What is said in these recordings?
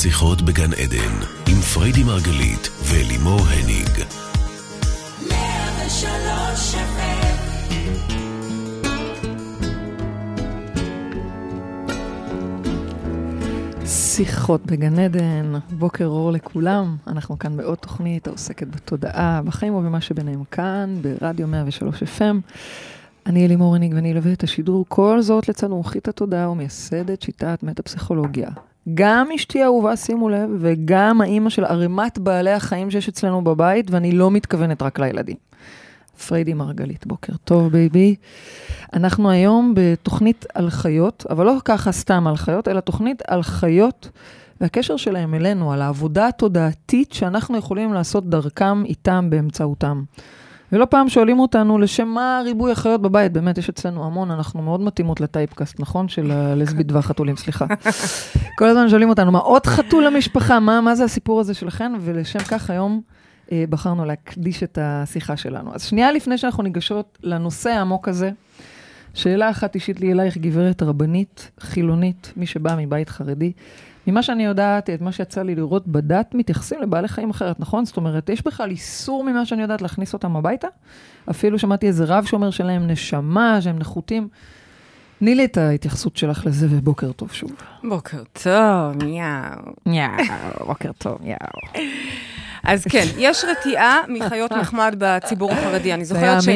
שיחות בגן עדן עם פריידי מרגלית ולימור הניג. 103 שיחות בגן עדן, בוקר אור לכולם. אנחנו כאן בעוד תוכנית העוסקת בתודעה, בחיים ובמה שביניהם כאן, ברדיו 103 FM. אני לימור הניג ואני אלווה את השידור. כל זאת לצד מומחית התודעה ומייסדת שיטת מטה-פסיכולוגיה. גם אשתי אהובה, שימו לב, וגם האמא של ערימת בעלי החיים שיש אצלנו בבית, ואני לא מתכוונת רק לילדים. פריידי מרגלית, בוקר טוב בייבי. אנחנו היום בתוכנית על חיות, אבל לא ככה סתם על חיות, אלא תוכנית על חיות, והקשר שלהם אלינו, על העבודה התודעתית שאנחנו יכולים לעשות דרכם איתם באמצעותם. ולא פעם שואלים אותנו לשם מה ריבוי החיות בבית, באמת יש אצלנו המון, אנחנו מאוד מתאימות לטייפקאסט, נכון? של הלסבית והחתולים, סליחה. כל הזמן שואלים אותנו, מה עוד חתול למשפחה? מה זה הסיפור הזה שלכם? ולשם כך היום בחרנו להקדיש את השיחה שלנו. אז שנייה לפני שאנחנו ניגשות לנושא העמוק הזה, שאלה אחת אישית לי אלייך, גברת רבנית, חילונית, מי שבא מבית חרדי, ממה שאני יודעת, את מה שיצא לי לראות בדת, מתייחסים לבעלי חיים אחרת, נכון? זאת אומרת, יש בכלל איסור ממה שאני יודעת להכניס אותם הביתה? אפילו שמעתי איזה רב שאומר שלהם נשמה, שהם נחותים. תני לי את ההתייחסות שלך לזה, ובוקר טוב שוב. בוקר טוב, יאו. בוקר טוב, יאו. אז כן, יש רתיעה מחיות מחמד בציבור החרדי. אני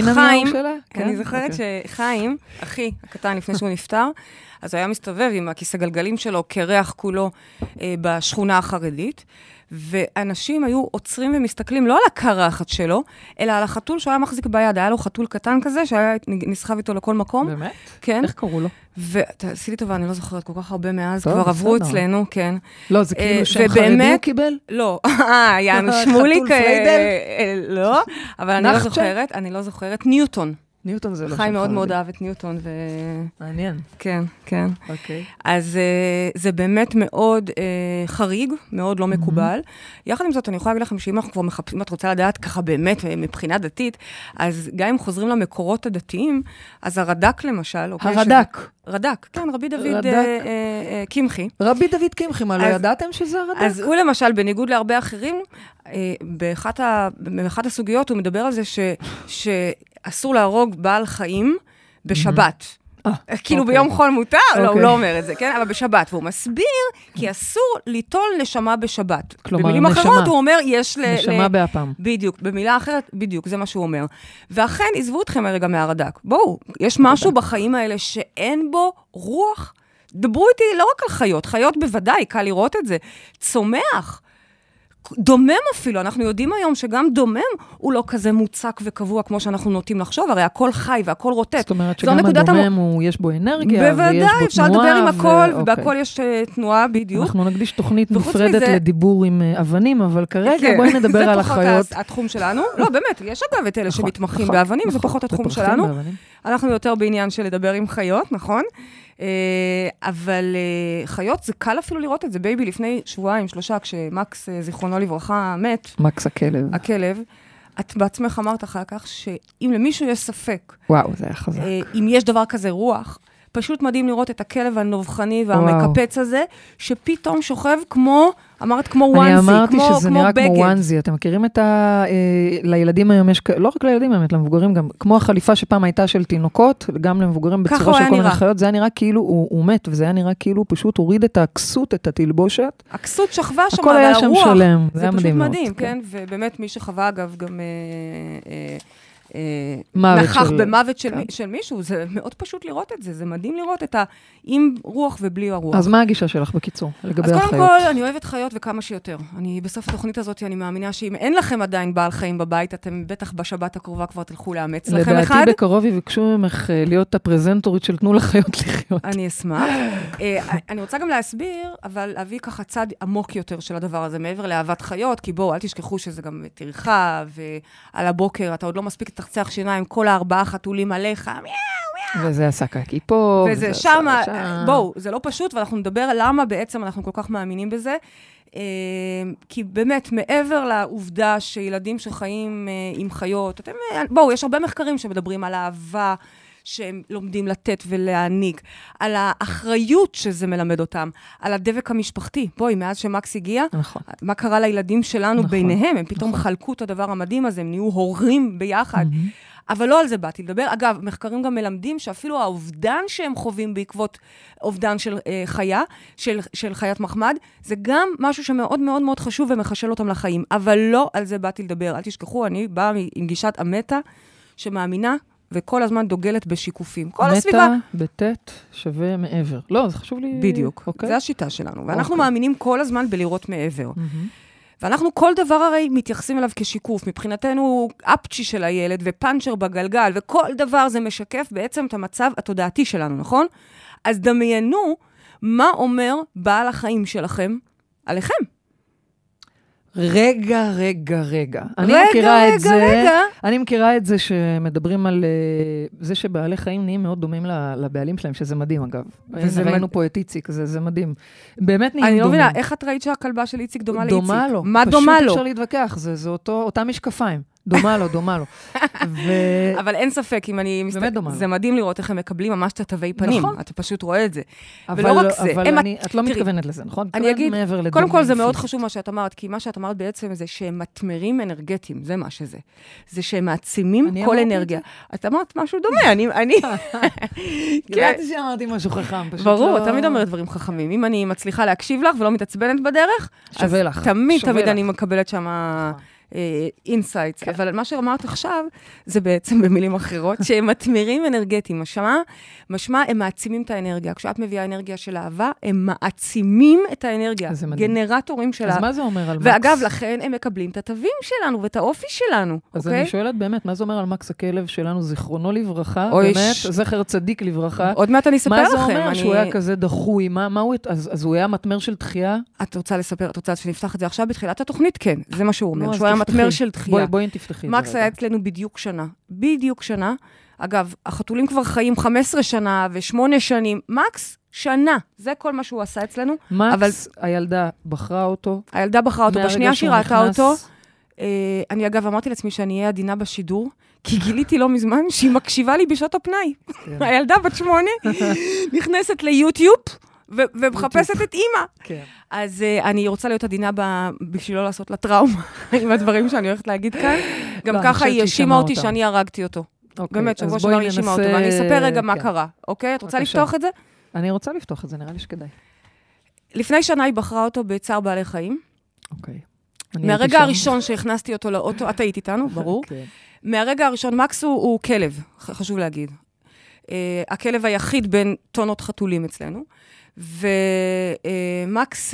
זוכרת שחיים, אחי הקטן לפני שהוא נפטר, אז הוא היה מסתובב עם הכיסא גלגלים שלו, קרח כולו בשכונה החרדית, ואנשים היו עוצרים ומסתכלים לא על הקרחת שלו, אלא על החתול שהוא היה מחזיק ביד. היה לו חתול קטן כזה, שהיה נסחב איתו לכל מקום. באמת? כן. איך קראו לו? ועשי לי טובה, אני לא זוכרת כל כך הרבה מאז, כבר עברו אצלנו, כן. לא, זה כאילו שם חרדי הוא קיבל? לא, יענו שמוליק, לא, אבל אני לא זוכרת, ניוטון. ניוטון זה לא שם חיים חרדי. מאוד מאוד אהב את ניוטון. מעניין. כן, כן. אוקיי. אז זה באמת מאוד חריג, מאוד לא מקובל. יחד עם זאת, אני יכולה להגיד לכם שאם אנחנו כבר מחפשים, אם את רוצה לדעת ככה באמת מבחינה דתית, אז גם אם חוזרים למקורות הדתיים, אז הרד"ק למשל, הרד"ק. רד"ק, כן, רבי דוד קמחי. רבי דוד קמחי, מה, לא ידעתם שזה הרד"ק? אז הוא למשל, בניגוד להרבה אחרים, באחת הסוגיות הוא מדבר על זה שאסור להרוג בעל חיים בשבת. כאילו ביום חול מותר, לא, הוא לא אומר את זה, כן? אבל בשבת. והוא מסביר כי אסור ליטול נשמה בשבת. במילים אחרות הוא אומר, יש נשמה באפם. בדיוק, במילה אחרת, בדיוק, זה מה שהוא אומר. ואכן, עזבו אתכם הרגע מהרד"ק. בואו, יש משהו בחיים האלה שאין בו רוח. דברו איתי לא רק על חיות, חיות בוודאי, קל לראות את זה. צומח. דומם אפילו, אנחנו יודעים היום שגם דומם הוא לא כזה מוצק וקבוע כמו שאנחנו נוטים לחשוב, הרי הכל חי והכל רוטט. זאת אומרת שגם הדומם יש בו אנרגיה, בוודאי, ויש בו אפשר תנועה. לדבר עם הכל, ובהכל יש תנועה בדיוק. אנחנו נקדיש תוכנית נפרדת לדיבור עם אבנים, אבל כרגע בואי נדבר על החיות. זה פחות התחום שלנו. לא, באמת, יש אגב את אלה שמתמחים באבנים, זה פחות התחום שלנו. אנחנו יותר בעניין של לדבר עם חיות, נכון? אבל חיות, זה קל אפילו לראות את זה. בייבי לפני שבועיים, 3, כשמקס, זיכרונו לברכה, מת. מקס הכלב. הכלב. את בעצמך אמרת אחר כך, שאם למישהו יש ספק, וואו, זה היה חזק. אם יש דבר כזה רוח, פשוט מדהים לראות את הכלב הנובחני והמקפץ הזה, שפתאום שוכב כמו, אמרת כמו וואנזי, אני אמרתי שזה נראה כמו וואנזי. אתם מכירים את לילדים היום יש, לא רק לילדים באמת, למבוגרים גם, כמו החליפה שפעם הייתה של תינוקות, גם למבוגרים בצורה של כל מיני חיות, זה היה נראה כאילו הוא מת, וזה היה נראה כאילו פשוט הוריד את הכסות, את התלבושת. הכסות שכבה שם, הכל היה שם שלם. זה פשוט מדהים, כן? ובאמת מי שחווה אגב גם נכח במוות של מישהו, זה מאוד פשוט לראות את זה, זה מדהים לראות את עם רוח ובלי הרוח. אז מה הגישה שלך בקיצור, לגבי החיות? אז קודם כל, אני אוהבת חיות וכמה שיותר. בסוף התוכנית הזאת, אני מאמינה שאם אין לכם עדיין בעל חיים בבית, אתם בטח בשבת הקרובה כבר תלכו לאמץ לכם אחד. לדעתי בקרוב יבקשו ממך להיות הפרזנטורית של תנו לחיות לחיות. אני אשמח. אני רוצה גם להסביר, אבל להביא ככה צד עמוק יותר של הדבר הזה, מעבר לאהבת חיות, כי בואו, אל תשכחו שזה גם טרחה, ועל הבוקר אתה עוד לא מספיק תחצח שיניים, כל 4 חתולים עליך, וזה הסקקי פה. וזה שם, בואו, זה לא פשוט, ואנחנו נדבר על למה בעצם אנחנו כל כך מאמינים בזה, כי באמת, מעבר לעובדה שילדים שחיים עם חיות, בואו, יש הרבה מחקרים שמדברים על האהבה שהם לומדים לתת ולהעניק, על האחריות שזה מלמד אותם, על הדבק המשפחתי. בואי, מאז שמקס הגיע, נכון. מה קרה לילדים שלנו נכון. ביניהם? הם פתאום נכון. חלקו את הדבר המדהים הזה, הם נהיו הורים ביחד. אבל לא על זה באתי לדבר. אגב, מחקרים גם מלמדים שאפילו האובדן שהם חווים בעקבות אובדן של חיה, של חיית מחמד, זה גם משהו שמאוד מאוד מאוד חשוב ומחשל אותם לחיים. אבל לא על זה באתי לדבר. אל תשכחו, אני באה עם גישת המטה, שמאמינה וכל הזמן דוגלת בשיקופים. כל הסביבה. מטה בטט שווה מעבר. לא, זה חשוב לי... בדיוק. אוקיי. זה השיטה שלנו. ואנחנו מאמינים כל הזמן בלראות מעבר. ואנחנו כל דבר הרי מתייחסים אליו כשיקוף. מבחינתנו, אפצ'י של הילד ופנצ'ר בגלגל, וכל דבר זה משקף בעצם את המצב התודעתי שלנו, נכון? אז דמיינו מה אומר בעל החיים שלכם עליכם. רגע. אני מכירה את זה שמדברים על זה שבעלי חיים נהיים מאוד דומים לבעלים שלהם, שזה מדהים אגב. ראינו פה את איציק, זה מדהים. באמת נהיים דומים. אני לא מבינה, איך את ראית שהכלבה של איציק דומה לאיציק? דומה לו. מה דומה לו? פשוט אפשר להתווכח, זה אותם משקפיים. דומה לו. אבל אין ספק, אם אני... באמת דומה לו. זה מדהים לראות איך הם מקבלים ממש את התווי פנים. נכון. אתה פשוט רואה את זה. ולא רק זה. אבל את לא מתכוונת לזה, נכון? אני אגיד, קודם כל זה מאוד חשוב מה שאת אמרת, כי מה שאת אמרת בעצם זה שהם מתמרים אנרגטיים, זה מה שזה. זה שהם מעצימים כל אנרגיה. את אמרת משהו דומה, אני... ידעתי שאמרתי משהו חכם, פשוט לא... ברור, תמיד אומרת דברים חכמים. אם אני מצליחה להקשיב לך ולא מתעצבנת בדרך, שווה לך. תמיד אני מקבלת שמה... אינסייטס, אבל מה שאמרת עכשיו, זה בעצם במילים אחרות, שהם מתמירים אנרגטיים. משמע, הם מעצימים את האנרגיה. כשאת מביאה אנרגיה של אהבה, הם מעצימים את האנרגיה. גנרטורים שלה. אז מה זה אומר על מקס? ואגב, לכן הם מקבלים את התווים שלנו ואת האופי שלנו. אז אני שואלת באמת, מה זה אומר על מקס הכלב שלנו, זכרונו לברכה, באמת, זכר צדיק לברכה. עוד מעט אני אספר לכם. מה זה אומר שהוא היה כזה דחוי? אז הוא היה מתמר של דחייה? את רוצה לספר, את רוצה שנפתח את זה עכשיו בתחילת התוכנית? כן, זה מה שהוא אומר, שהוא היה מתמר של דחייה. בואי תפתחי. מקס היה אצלנו בדיוק שנה. אגב, החתולים כבר חיים 15 שנה ו8 שנים. מקס, שנה. זה כל מה שהוא עשה אצלנו. מקס, הילדה בחרה אותו. בשנייה שהיא ראתה אותו. אני אגב אמרתי לעצמי שאני אהיה עדינה בשידור, כי גיליתי לא מזמן שהיא מקשיבה לי בשעות הפנאי. הילדה בת 8 נכנסת ליוטיוב, ומחפשת את אימא. אז אני רוצה להיות עדינה בשביל לא לעשות לה טראומה עם הדברים שאני הולכת להגיד כאן. גם ככה היא האשימה אותי שאני הרגתי אותו. באמת, שבוע שעבר היא האשימה אותו, ואני אספר רגע מה קרה. אוקיי? את רוצה לפתוח את זה? אני רוצה לפתוח את זה, נראה לי שכדאי. לפני שנה היא בחרה אותו בצער בעלי חיים. אוקיי. מהרגע הראשון שהכנסתי אותו לאוטו, את היית איתנו, ברור. מהרגע הראשון, מקס הוא כלב, חשוב להגיד. הכלב היחיד בין טונות חתולים אצלנו. ומקס,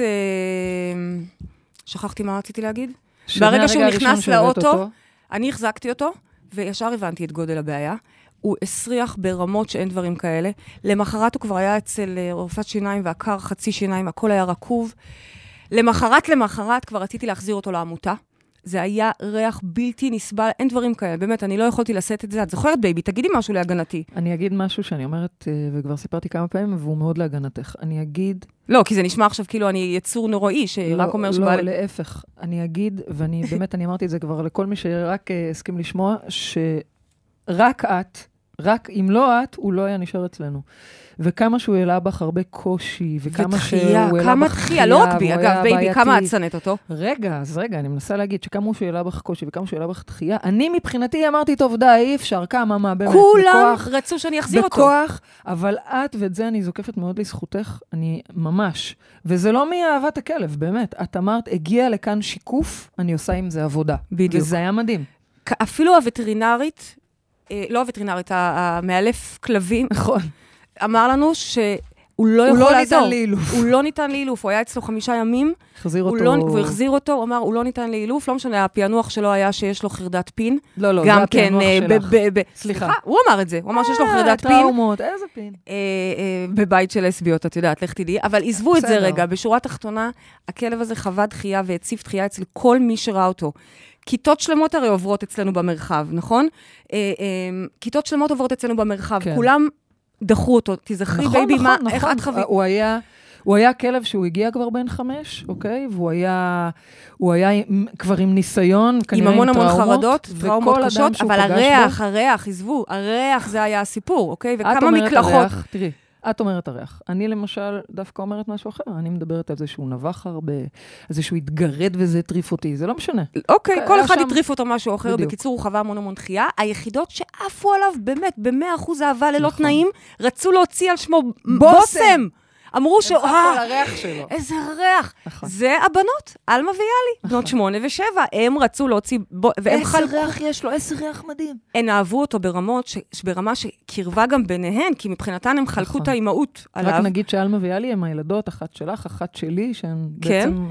שכחתי מה רציתי להגיד. ברגע שהוא נכנס לאוטו, אני החזקתי אותו, וישר הבנתי את גודל הבעיה. הוא הסריח ברמות שאין דברים כאלה. למחרת הוא כבר היה אצל רופאת שיניים ועקר חצי שיניים, הכל היה רקוב. למחרת כבר רציתי להחזיר אותו לעמותה. זה היה ריח בלתי נסבל, אין דברים כאלה. באמת, אני לא יכולתי לשאת את זה. את זוכרת, בייבי, תגידי משהו להגנתי. אני אגיד משהו שאני אומרת, וכבר סיפרתי כמה פעמים, והוא מאוד להגנתך. אני אגיד... לא, כי זה נשמע עכשיו כאילו אני יצור נוראי, שרק אומר שבא... לא, להפך. אני אגיד, ואני באמת, אני אמרתי את זה כבר לכל מי שרק הסכים לשמוע, שרק את, רק אם לא את, הוא לא היה נשאר אצלנו. וכמה שהוא העלה בך הרבה קושי, וכמה שהוא העלה בך כמה דחייה, לא רק בי, אגב, בייבי, כמה את שנאת אותו? רגע, אני מנסה להגיד שכמה שהוא העלה בך קושי, וכמה שהוא העלה בך דחייה, אני מבחינתי אמרתי, טוב, די, אי אפשר, כמה, מה, באמת, כולם רצו שאני אחזיר אותו. בכוח, אבל את, ואת זה אני זוקפת מאוד לזכותך, אני ממש, וזה לא מאהבת הכלב, באמת, את אמרת, הגיע לכאן שיקוף, אני עושה עם זה עבודה. בדיוק. וזה היה מדהים. אפילו הווטרינרית, לא הווטרינרית, המאלף כלבים, נכון. אמר לנו שהוא לא יכול לעזור. הוא לא ניתן לאילוף. הוא היה אצלו 5 ימים. הוא החזיר אותו, הוא אמר, הוא לא ניתן לאילוף. לא משנה, הפענוח שלו היה שיש לו חרדת פין. לא, זה הפענוח שלך. סליחה. הוא אמר את זה. הוא אמר שיש לו חרדת פין. טראומות, איזה פין? בבית של לסביות, את יודעת, לך תדעי. אבל עזבו את זה רגע. בשורה התחתונה, הכלב הזה חווה דחייה והציף דחייה אצל כל מי שראה אותו. כיתות שלמות הרי עוברות אצלנו במרחב, נכון? כיתות שלמות עוברות אצלנו במרחב. כולם דחו אותו, תזכרי בייבי, איך את חווית? הוא היה כלב שהוא הגיע כבר בן 5, אוקיי? והוא היה כבר עם ניסיון, כנראה עם המון חרדות, טראומות קשות, אבל הריח, עזבו, הריח זה היה הסיפור, אוקיי? וכמה מקלחות. תראי, את אומרת הריח. אני למשל דווקא אומרת משהו אחר. אני מדברת על זה שהוא נבח הרבה, על זה שהוא התגרד וזה הטריף אותי. זה לא משנה. אוקיי, כל אחד הטריף אותו משהו אחר. בקיצור, הוא חווה המון דחייה. היחידות שעפו עליו באמת ב100% אהבה ללא תנאים, רצו להוציא על שמו בוסם. אמרו שהוא... הריח שלו. איזה ריח. זה הבנות, אלמה ויאלי, בנות 8 ו7. הם רצו להוציא... איזה ריח יש לו, איזה ריח מדהים. הן אהבו אותו ברמה שקרבה גם ביניהן, כי מבחינתן הם חלקו את האימהות עליו. רק נגיד שאלמה ויאלי הם הילדות, אחת שלך, אחת שלי, שהן בעצם...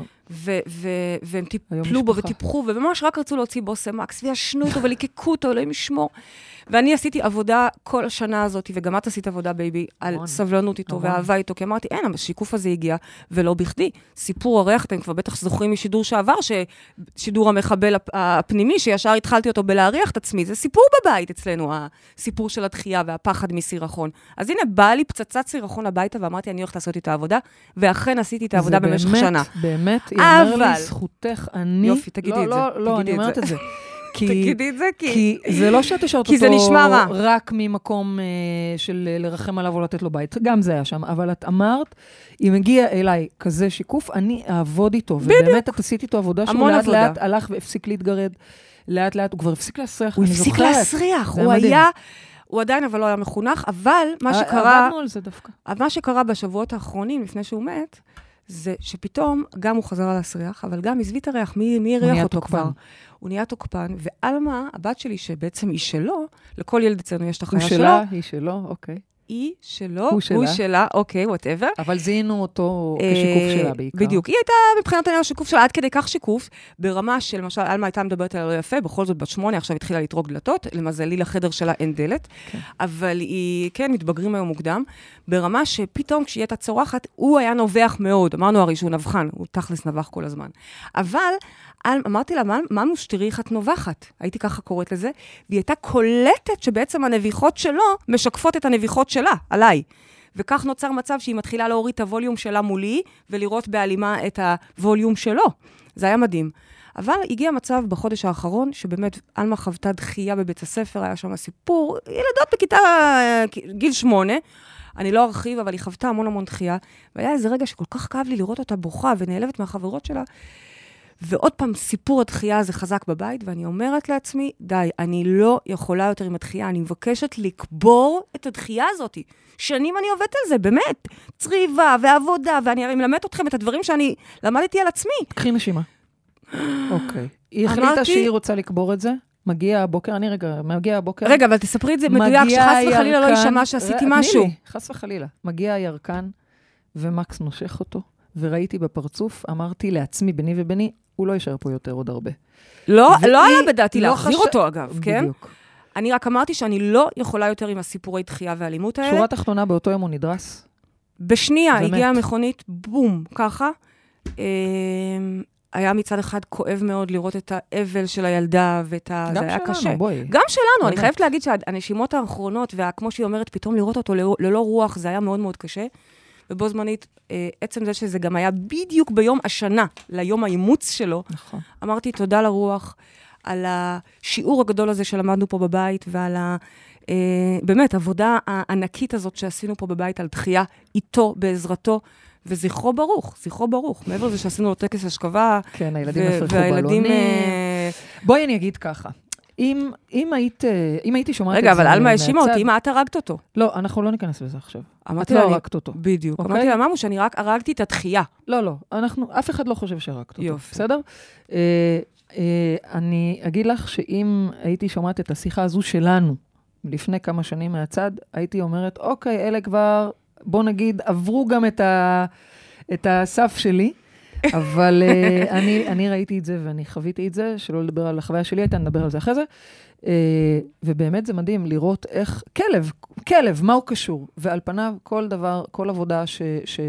והם טיפלו בו וטיפחו, וממש רק רצו להוציא בוסם מקס, וישנו אותו וליקקו אותו, אלוהים ישמור. ואני עשיתי עבודה כל השנה הזאת, וגם את עשית עבודה, בייבי, על סבלנות איתו ואהבה איתו, כי אמרתי, אין, השיקוף הזה הגיע, ולא בכדי. סיפור הריח, אתם כבר בטח זוכרים משידור שעבר, ששידור המחבל הפנימי, שישר התחלתי אותו בלהריח את עצמי, זה סיפור בבית אצלנו, הסיפור של הדחייה והפחד מסירחון. אז הנה, באה לי פצצת סירחון הביתה, ואמרתי, אני הולכת לעשות את העבודה, ואכן עשיתי את העבודה במשך שנה. באמת, יאמר לי זכותך, אני... יופי, תגידי את זה. לא, אני אומרת את זה. תגידי את זה, כי זה לא שאת השארת אותו רק ממקום של לרחם עליו או לתת לו בית. גם זה היה שם. אבל את אמרת, אם הגיע אליי כזה שיקוף, אני אעבוד איתו. ובאמת את עשית איתו עבודה שהוא לאט לאט הלך והפסיק להתגרד. לאט לאט, הוא כבר הפסיק להסריח. הוא הפסיק להסריח. הוא עדיין אבל לא היה מחונך, אבל מה שקרה... עבדנו על זה דווקא. מה שקרה בשבועות האחרונים, לפני שהוא מת, זה שפתאום גם הוא חזר להסריח, אבל גם הזביא את הריח, מי הריח אותו כבר? הוא נהיה תוקפן, ואלמה, הבת שלי, שבעצם היא שלו, לכל ילד אצלנו יש את החיה שלו. היא שלו, אוקיי. היא שלו, הוא שלה, אוקיי, whatever. אבל זיהינו אותו כשיקוף שלה בעיקר. בדיוק. היא הייתה מבחינת העניין השיקוף שלה, עד כדי כך שיקוף, ברמה של, למשל, אלמה הייתה מדברת עליה לא יפה, בכל זאת בת 8, עכשיו התחילה לתרוק דלתות, למזלי לחדר שלה אין דלת, אבל היא, כן, מתבגרים היום מוקדם, ברמה שפתאום כשהיא הייתה צורחת, הוא היה נובח מאוד, אמרנו הרי שהוא נבחן, הוא תכלס נבח כל הזמן. אבל אמרתי לה, מה תראי איך את נובחת? הייתי ככה קוראת לזה, והיא הייתה קולטת שבעצם הנביחות שלו משקפות את הנביחות שלה, עליי. וכך נוצר מצב שהיא מתחילה להוריד את הווליום שלה מולי, ולראות בהלימה את הווליום שלו. זה היה מדהים. אבל הגיע מצב בחודש האחרון, שבאמת אלמה חוותה דחייה בבית הספר, היה שם סיפור, ילדות בכיתה גיל 8, אני לא ארחיב, אבל היא חוותה המון דחייה, והיה איזה רגע שכל כך כאב לי לראות אותה בוכה ונעלבת מהחברות שלה, ועוד פעם, סיפור הדחייה הזה חזק בבית, ואני אומרת לעצמי, די, אני לא יכולה יותר עם הדחייה, אני מבקשת לקבור את הדחייה הזאת. שנים אני עובדת על זה, באמת. צריבה ועבודה, ואני מלמדת אתכם את הדברים שאני למדתי על עצמי. קחי נשימה. אוקיי. היא החליטה שהיא רוצה לקבור את זה? מגיע הבוקר, מגיע הבוקר. רגע, אבל תספרי את זה מדויק, שחס וחלילה לא יישמע שעשיתי משהו. חס וחלילה. מגיע הירקן, ומקס נושך אותו, וראיתי בפרצוף, אמרתי לעצמי, ביני וביני, הוא לא יישאר פה יותר עוד הרבה. לא היה בדעתי להחזיר אותו, אגב, כן? בדיוק. אני רק אמרתי שאני לא יכולה יותר עם הסיפורי דחייה והאלימות האלה. שורה תחתונה, באותו יום הוא נדרס? בשנייה, הגיעה המכונית, בום, ככה. היה מצד אחד כואב מאוד לראות את האבל של הילדה, זה היה קשה. גם שלנו, אני חייבת להגיד שהנשימות האחרונות, וכמו שהיא אומרת, פתאום לראות אותו ללא רוח, זה היה מאוד מאוד קשה. ובו זמנית, עצם זה שזה גם היה בדיוק ביום השנה, ליום האימוץ שלו, נכון. אמרתי תודה לרוח, על השיעור הגדול הזה שלמדנו פה בבית, ועל באמת, עבודה הענקית הזאת שעשינו פה בבית, על דחייה איתו, בעזרתו, וזכרו ברוך, זכרו ברוך. מעבר לזה שעשינו לו טקס השכבה, כן, הילדים הפרחו בלונים. בואי אני אגיד ככה. אם הייתי שומעת את זה... רגע, אבל אלמה האשימה אותי, מה את הרגת אותו? לא, אנחנו לא ניכנס לזה עכשיו. את לא הרגת אותו. בדיוק. אמרתי לה, ממש, אני רק הרגתי את התחייה. לא, אף אחד לא חושב שהרגת אותו. יופי. בסדר? אני אגיד לך שאם הייתי שומעת את השיחה הזו שלנו, לפני כמה שנים מהצד, הייתי אומרת, אוקיי, אלה כבר, בוא נגיד, עברו גם את הסף שלי, אבל אני ראיתי את זה ואני חוויתי את זה, שלא לדבר על החוויה שלי, הייתה נדבר על זה אחרי זה, ובאמת זה מדהים לראות איך כלב, מה הוא קשור, ועל פניו כל דבר, כל עבודה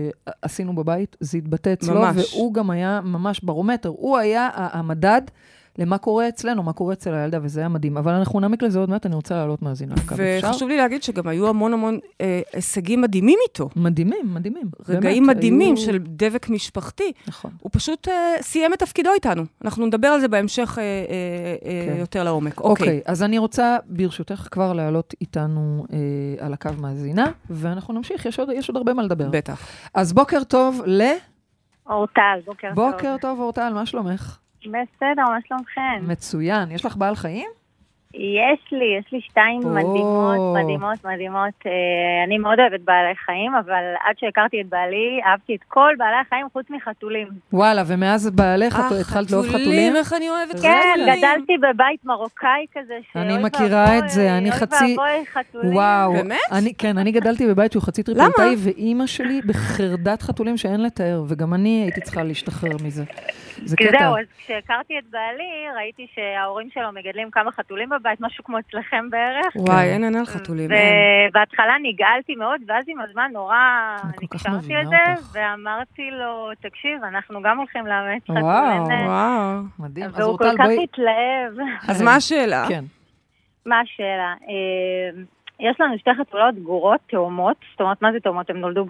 שעשינו בבית, זה התבטא אצלו, והוא גם היה ממש ברומטר, הוא היה המדד למה קורה אצלנו, מה קורה אצל הילדה, וזה היה מדהים. אבל אנחנו נעמיק לזה עוד מעט, אני רוצה לעלות מאזינה. וחשוב לי להגיד שגם היו המון הישגים מדהימים איתו. מדהימים. רגעים מדהימים של דבק משפחתי. נכון. הוא פשוט סיים את תפקידו איתנו. אנחנו נדבר על זה בהמשך יותר לעומק. אוקיי, אז אני רוצה ברשותך כבר לעלות איתנו על הקו מאזינה, ואנחנו נמשיך, יש עוד הרבה מה לדבר. בטח. אז בוקר טוב אורטל, בוקר טוב. בוקר טוב, אורטל, מה שלומך? בסדר, מה שלומכם? מצוין. יש לך בעל חיים? יש לי 2 מדהימות. אני מאוד אוהבת בעלי חיים, אבל עד שהכרתי את בעלי, אהבתי את כל בעלי החיים חוץ מחתולים. וואלה, ומאז בעלך התחלת לאהוב חתולים? איך אני אוהבת חתולים. כן, גדלתי בבית מרוקאי כזה. אני מכירה את זה, אני חצי... וואו. באמת? כן, אני גדלתי בבית שהוא חצי טריפוליטאי, ואימא שלי בחרדת חתולים שאין לתאר, וגם אני הייתי צריכה להשתחרר מזה. זה קטע. זהו, אז כשהכרתי את בעלי, ראיתי שההורים שלו מגדלים כמה חתולים בבית, משהו כמו אצלכם בערך. וואי, אין על חתולים. ובהתחלה נגעלתי מאוד, ואז עם הזמן נורא נקשרתי לזה, ואמרתי לו, תקשיב, אנחנו גם הולכים לאמץ חתולים. וואו, מדהים. והוא כל כך התלהב. אז מה השאלה? כן. מה השאלה? יש לנו 2 חתולות גורות, תאומות, זאת אומרת, מה זה תאומות? הן נולדו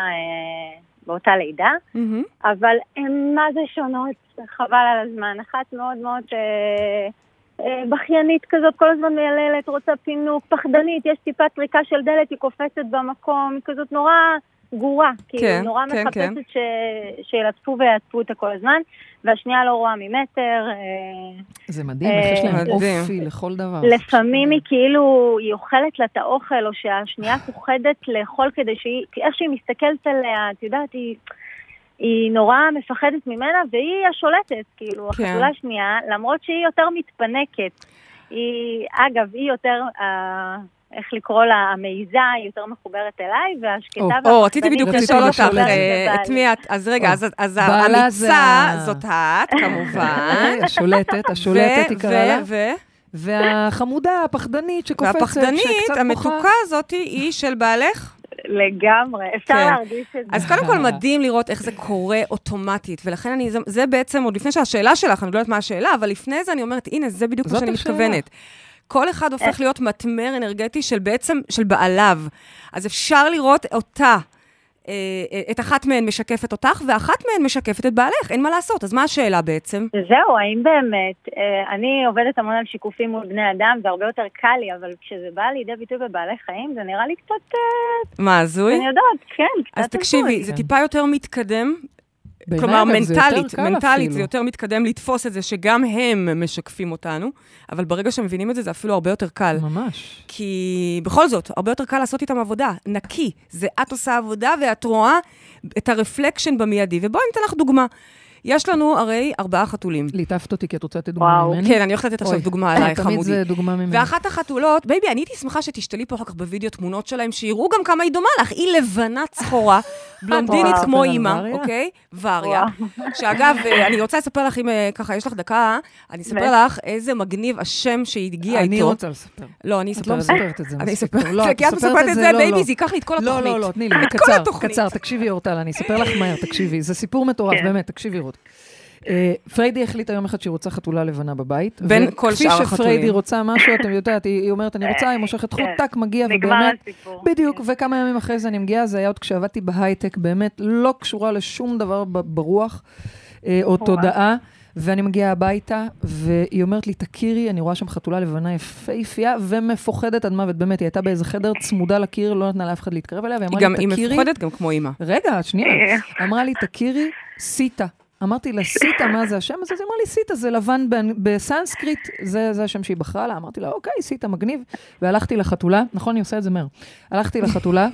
באותה לידה, אבל הן מה זה שונות, חבל על הזמן. אחת מאוד מאוד בכיינית כזאת, כל הזמן מייללת, רוצה פינוק, פחדנית, יש טיפה טריקה של דלת, היא קופצת במקום, היא כזאת נורא גורה, כאילו נורא מחפשת שילטפו ויעטפו אותה כל הזמן, והשנייה לא רואה ממטר. זה מדהים, איך יש להם אופי לכל דבר. לפעמים היא כאילו, היא אוכלת לה את האוכל, או שהשנייה פוחדת לאכול כדי שהיא, איך שהיא מסתכלת עליה, את יודעת, היא נורא מפחדת ממנה, והיא השולטת, כאילו, החתולה השנייה, למרות שהיא יותר מתפנקת. אגב, היא יותר... איך לקרוא לה, המעיזה, היא יותר מחוברת אליי, והשקטה... רציתי בדיוק לשאול אותך, את מי את... אז רגע, אז האמיצה זאת את, כמובן. השולטת היא קרא לה. והחמודה, הפחדנית שקופצת, והפחדנית, המתוקה הזאת היא של בעלך? לגמרי, אפשר להרגיש את זה. אז קודם כל מדהים לראות איך זה קורה אוטומטית, ולכן זה בעצם, עוד לפני שהשאלה שלך, אני לא יודעת מה השאלה, אבל לפני זה אני אומרת, הנה, זה בדיוק מה שאני מתכוונת. כל אחד הופך להיות מתמר אנרגטי של בעליו. אז אפשר לראות אותה, את אחת מהן משקפת אותך, ואחת מהן משקפת את בעלך. אין מה לעשות. אז מה השאלה בעצם? זהו, האם באמת, אני עובדת המון על שיקופים מול בני אדם, זה הרבה יותר קל לי, אבל כשזה בא לידי ביטוי בבעלי חיים, זה נראה לי קצת... מה, הזוי? אני יודעת, כן, קצת הזוי. אז תקשיבי, זה טיפה יותר מתקדם, כלומר, מנטלית זה יותר מתקדם לתפוס את זה, שגם הם משקפים אותנו, אבל ברגע שמבינים את זה, זה אפילו הרבה יותר קל. ממש. כי בכל זאת, הרבה יותר קל לעשות איתם עבודה, נקי. זה את עושה עבודה, ואת רואה את הרפלקשן במיידי. ובואי ניתן לך דוגמה. יש לנו הרי 4 חתולים. ליטפת אותי, כי את רוצה לתת דוגמה ממני? כן, אני הולכת לתת עכשיו דוגמה עליי, חמודי. תמיד זה דוגמה ממני. ואחת החתולות, בייבי, אני הייתי שמחה שתשתלי פה אחר כך בווידאו תמונות שלהם, שיראו גם כמה היא דומה לך. היא לבנה צחורה, בלונדינית כמו אימא, אוקיי? וריה. שאגב, אני רוצה לספר לך, אם ככה יש לך דקה, אני אספר לך איזה מגניב השם שהגיע איתו. אני רוצה לספר. לא, אני אספר. את לא מספרת את זה. אני אספר. כי את מספרת את זה, בייבי, זה ייקח לי את כל התוכנית. לא, תני לי, קצר, תקשיבי אורטל, אני אספר לך מהר, תקשיבי. זה סיפור מטורף, באמת, תקשיבי רות. פריידי החליטה יום אחד שהיא רוצה חתולה לבנה בבית. בין כל שאר החתולים. כפי שפריידי רוצה משהו, אתם יודעת, היא אומרת, אני רוצה, היא מושכת חוט, טק, מגיע, ובאמת, בדיוק, וכמה ימים אחרי זה אני מגיעה, זה היה עוד כשעבדתי בהייטק, באמת לא קשורה לשום דבר ברוח, או תודעה, ואני מגיעה הביתה, והיא אומרת לי, תכירי, אני רואה שם חתולה לבנה יפהפייה, ומפוחדת עד מוות, באמת, היא הייתה באיזה חדר צמודה לקיר, לא נתנה לאף אחד להתקרב אליה, ואמרה לי, תכירי... היא מפוחדת גם כמו אמא. רגע, שנייה. אמרה לי, תכירי, סיטה. אמרתי לה, סיטה, מה זה השם? אז היא אמרה לי, סיטה, זה לבן בסנסקריט, זה השם שהיא בחרה לה. אמרתי לה, אוקיי, סיטה, מגניב. והלכתי לחתולה, נכון, אני עושה את זה מהר. הלכתי לחתולה,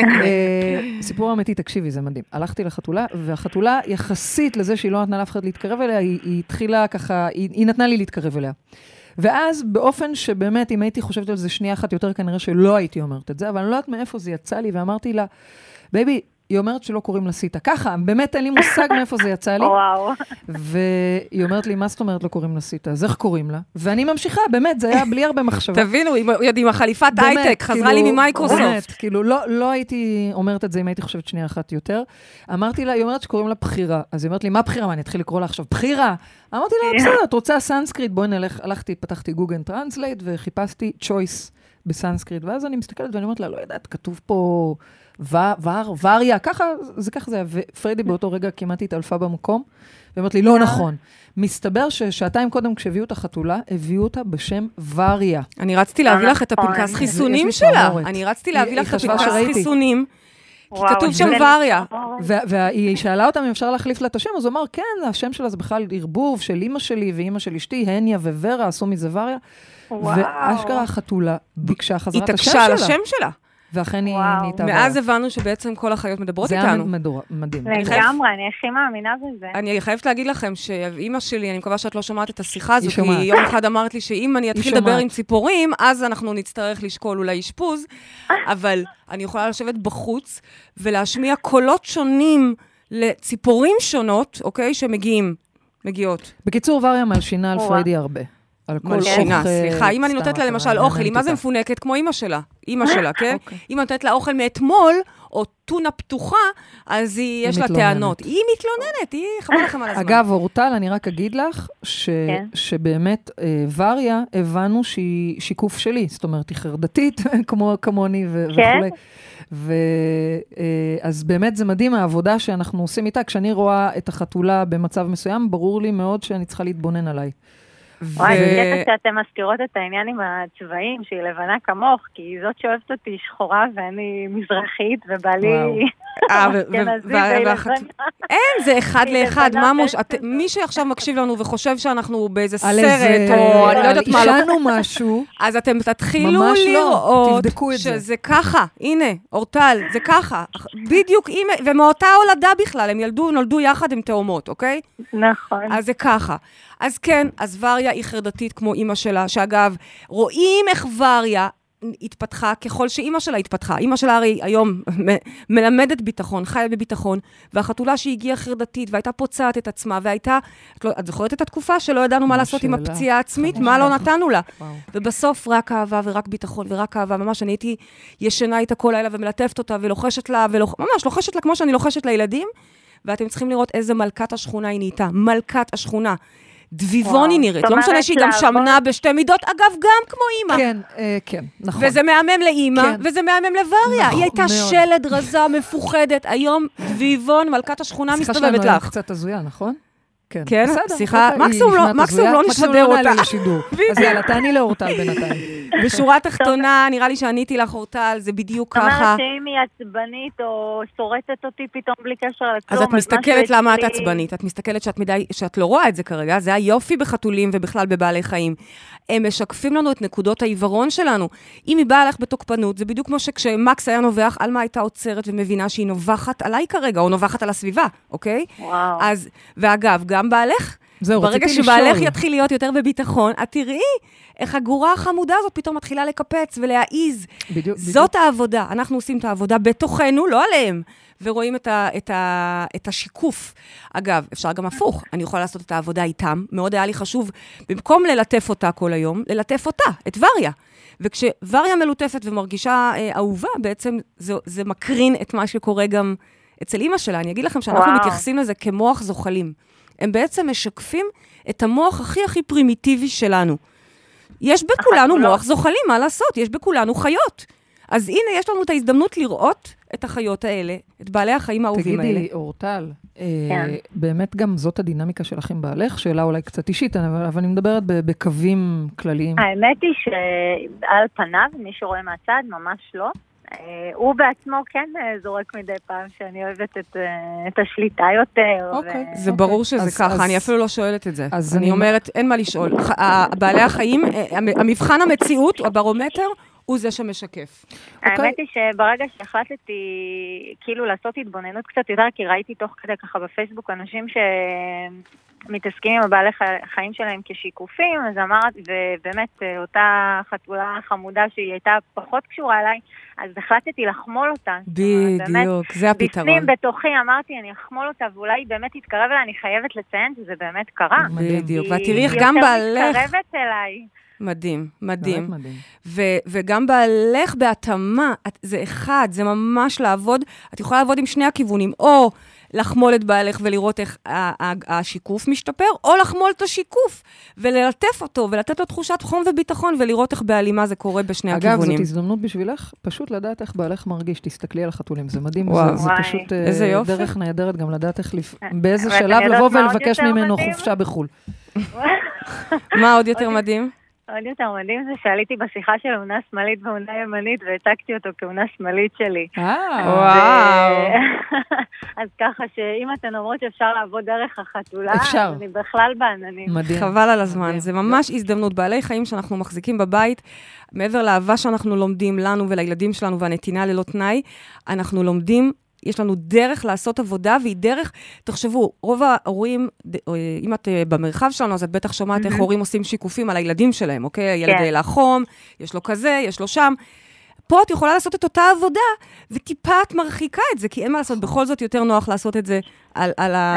סיפור אמיתי, תקשיבי, זה מדהים. הלכתי לחתולה, והחתולה, יחסית לזה שהיא לא נתנה לאף אחד להתקרב אליה, היא התחילה ככה, היא נתנה לי להתקרב אליה. ואז באופן שבאמת, אם הייתי חושבת על זה שנייה אחת יותר, כנראה שלא הייתי אומרת את זה, אבל אני לא יודעת מאיפה זה יצא לי, ואמרתי לה, בייבי, היא אומרת שלא קוראים לה סיטה. ככה, באמת אין לי מושג מאיפה זה יצא לי. וואו. והיא אומרת לי, מה זאת אומרת לא קוראים לה סיטה? אז איך קוראים לה? ואני ממשיכה, באמת, זה היה בלי הרבה מחשבה. תבינו, עם החליפת הייטק, חזרה לי ממייקרוסופט. באמת, כאילו, לא הייתי אומרת את זה אם הייתי חושבת שנייה אחת יותר. אמרתי לה, היא אומרת שקוראים לה בחירה. אז היא אומרת לי, מה בחירה? מה, אני אתחיל לקרוא לה עכשיו בחירה? אמרתי לה, בסדר, את רוצה סנסקריט? בואי נלך. הלכתי, פתחתי גוגל טרנסלייט וחיפשתי choice בסנסקריט. ואז אני מסתכלת ואני אומרת לה, לא יודעת, כתוב פה וריה, ככה זה היה. ופריידי באותו רגע כמעט התעלפה במקום, ואומרת לי, לא נכון. מסתבר ששעתיים קודם כשהביאו את החתולה, הביאו אותה בשם וריה. אני רצתי להביא לך את הפנקס חיסונים שלה. אני רצתי להביא לך את הפנקס חיסונים. כי כתוב שם וריה. והיא שאלה אותם אם אפשר להחליף לה את השם, אז הוא אמר, כן, השם שלה זה בכלל ערבוב של אמא שלי ואמא של אשתי, הניה וורה, עשו מזה וריה. ואשכרה החתולה ביקשה חזרת השם שלה. התעקשה על השם שלה. ואכן היא נהייתה וריה. מאז הבנו שבעצם כל החיות מדברות איתנו. זה היה מדהים. לגמרי, אני הכי מאמינה בזה. אני חייבת להגיד לכם שאמא שלי, אני מקווה שאת לא שומעת את השיחה הזו, כי יום אחד אמרת לי שאם אני אתחיל לדבר עם ציפורים, אז אנחנו נצטרך לשקול אולי אשפוז, אבל אני יכולה לשבת בחוץ ולהשמיע קולות שונים לציפורים שונות, אוקיי, שמגיעות. בקיצור, וריה מלשינה על פריידי הרבה. מלשינה, סליחה. אם אני נותנת לה למשל אוכל, היא מה זה מפונקת? כמו אמא שלה, כן? אם אני נותנת לה אוכל מאתמול, או טונה פתוחה, אז יש לה טענות. היא מתלוננת, היא חבל לכם על הזמן. אגב, אורטל, אני רק אגיד לך, שבאמת וריה, הבנו שהיא שיקוף שלי, זאת אומרת, היא חרדתית, כמוני וכו'. אז באמת זה מדהים, העבודה שאנחנו עושים איתה, כשאני רואה את החתולה במצב מסוים, ברור לי מאוד שאני צריכה להתבונן עליי. וואי, אני חושבת שאתם מזכירות את העניין עם הצבעים, שהיא לבנה כמוך, כי זאת שאוהבת אותי שחורה ואני מזרחית, ובעלי אשכנזי ולבנה. אין, זה אחד לאחד, ממש. מי שעכשיו מקשיב לנו וחושב שאנחנו באיזה סרט, או אני לא יודעת מה, אישנו משהו, אז אתם תתחילו לראות שזה ככה. הנה, אורטל, זה ככה. בדיוק, ומאותה הולדה בכלל, הם נולדו יחד עם תאומות, אוקיי? נכון. אז זה ככה. אז כן, אז וריה היא חרדתית כמו אמא שלה, שאגב, רואים איך וריה התפתחה ככל שאמא שלה התפתחה. אמא שלה הרי היום מלמדת ביטחון, חיה בביטחון, והחתולה שהיא הגיעה חרדתית, והייתה פוצעת את עצמה, והייתה, את זוכרת את התקופה שלא ידענו מה לעשות עם הפציעה העצמית? מה לא נתנו לה? ובסוף רק אהבה ורק ביטחון ורק אהבה, ממש אני הייתי ישנה איתה כל לילה ומלטפת אותה ולוחשת לה, ממש לוחשת לה כמו שאני לוחשת לילדים, ואתם צריכים לראות איזה מלכת השכונה היא נהייתה, מלכת השכונה. דביבון היא נראית, לא משנה שהיא גם שמנה בשתי מידות, אגב, גם כמו אימא. כן, נכון. וזה מהמם לאימא, וזה מהמם לווריה. היא הייתה שלד רזה, מפוחדת, היום דביבון, מלכת השכונה מסתובבת לך. קצת הזויה, נכון? כן, סליחה, מקסימום לא נשדר אותה. אז יאללה, תעני לאורטל בינתיים. בשורה תחתונה, נראה לי שעניתי לך אורטל, זה בדיוק ככה. זאת אומרת שאם היא עצבנית או שורטת אותי פתאום בלי קשר לכלום. אז את מסתכלת למה את עצבנית, את מסתכלת שאת לא רואה את זה כרגע, זה היופי בחתולים ובכלל בבעלי חיים. הם משקפים לנו את נקודות העיוורון שלנו. אם היא באה לך בתוקפנות, זה בדיוק כמו שכשמקס היה נובח, אלמה הייתה עוצרת ומבינה שהיא נובחת עליי כרגע, או נובחת על הסביבה, אוקיי? וואו. אז, ואגב, גם בעלך, ברגע שבעלך יתחיל להיות יותר בביטחון, את תראי איך הגורה החמודה הזאת פתאום מתחילה לקפץ ולהעיז. זאת העבודה. אנחנו עושים את העבודה בתוכנו, לא עליהם. ורואים את השיקוף. אגב, אפשר גם הפוך. אני יכולה לעשות את העבודה איתם. מאוד היה לי חשוב, במקום ללטף אותה כל היום, ללטף אותה, את וריה. וכשווריה מלוטפת ומרגישה אהובה, בעצם זה מקרין את מה שקורה גם אצל אמא שלה. אני אגיד לכם שאנחנו מתייחסים לזה כמוח זוחלים. הם בעצם משקפים את המוח הכי הכי פרימיטיבי שלנו. יש בכולנו מוח זוחלים, מה לעשות? יש בכולנו חיות. אז הנה, יש לנו את ההזדמנות לראות את החיות האלה, את בעלי החיים האהובים האלה. תגידי, אורטל, באמת גם זאת הדינמיקה שלך עם בעלך, שאלה אולי קצת אישית, אבל אני מדברת בקווים כלליים. האמת היא שעל פניו, מי שרואה מהצד, ממש לא. הוא בעצמו כן זורק מדי פעם שאני אוהבת את השליטה יותר. זה ברור שזה ככה, אני אפילו לא שואלת את זה. אז אני אומרת, אין מה לשאול. בעלי החיים, המבחן המציאות, או הברומטר, הוא זה שמשקף. האמת היא שברגע שהחלטתי כאילו לעשות התבוננות קצת יותר, כי ראיתי תוך כדי ככה בפייסבוק אנשים שמתעסקים עם הבעלי חיים שלהם כשיקופים, אז אמרתי, ובאמת אותה חתולה חמודה שהיא הייתה פחות קשורה אליי, אז החלטתי לחמול אותה. בדיוק, זה הפתרון. בפנים בתוכי אמרתי, אני אחמול אותה, ואולי באמת תתקרב אליי, אני חייבת לציין שזה באמת קרה. בדיוק, ואת תראי איך גם בעלך... היא יותר מתקרבת אליי. מדהים, מדהים. וגם בעלך בהתאמה, זה אחד, זה ממש לעבוד, את יכולה לעבוד עם שני הכיוונים, או לחמול את בעלך ולראות איך השיקוף משתפר, או לחמול את השיקוף וללטף אותו, ולתת לו תחושת חום וביטחון, ולראות איך בהלימה זה קורה בשני הכיוונים. אגב, זאת הזדמנות בשבילך, פשוט לדעת איך בעלך מרגיש, תסתכלי על החתולים, זה מדהים, זה פשוט דרך נהדרת גם לדעת איך, באיזה שלב לבוא ולבקש ממנו חופשה בחול. מה עוד יותר מדהים? עוד יותר מדהים זה שעליתי בשיחה של עונה שמאלית ועונה ימנית, והצגתי אותו כעונה שמאלית שלי. וואו. אז ככה שאם אתן אומרות שאפשר לעבוד דרך החתולה, אפשר. אני בכלל בעננים. מדהים. חבל על הזמן, זה ממש הזדמנות. בעלי חיים שאנחנו מחזיקים בבית, מעבר לאהבה שאנחנו לומדים לנו ולילדים שלנו והנתינה ללא תנאי, אנחנו לומדים, יש לנו דרך לעשות עבודה, והיא דרך, תחשבו, רוב ההורים, אם את במרחב שלנו, אז את בטח שומעת איך הורים עושים שיקופים על הילדים שלהם, אוקיי? הילד לחום, יש לו כזה, יש לו שם. פה את יכולה לעשות את אותה עבודה, וטיפה את מרחיקה את זה, כי אין מה לעשות, בכל זאת יותר נוח לעשות את זה על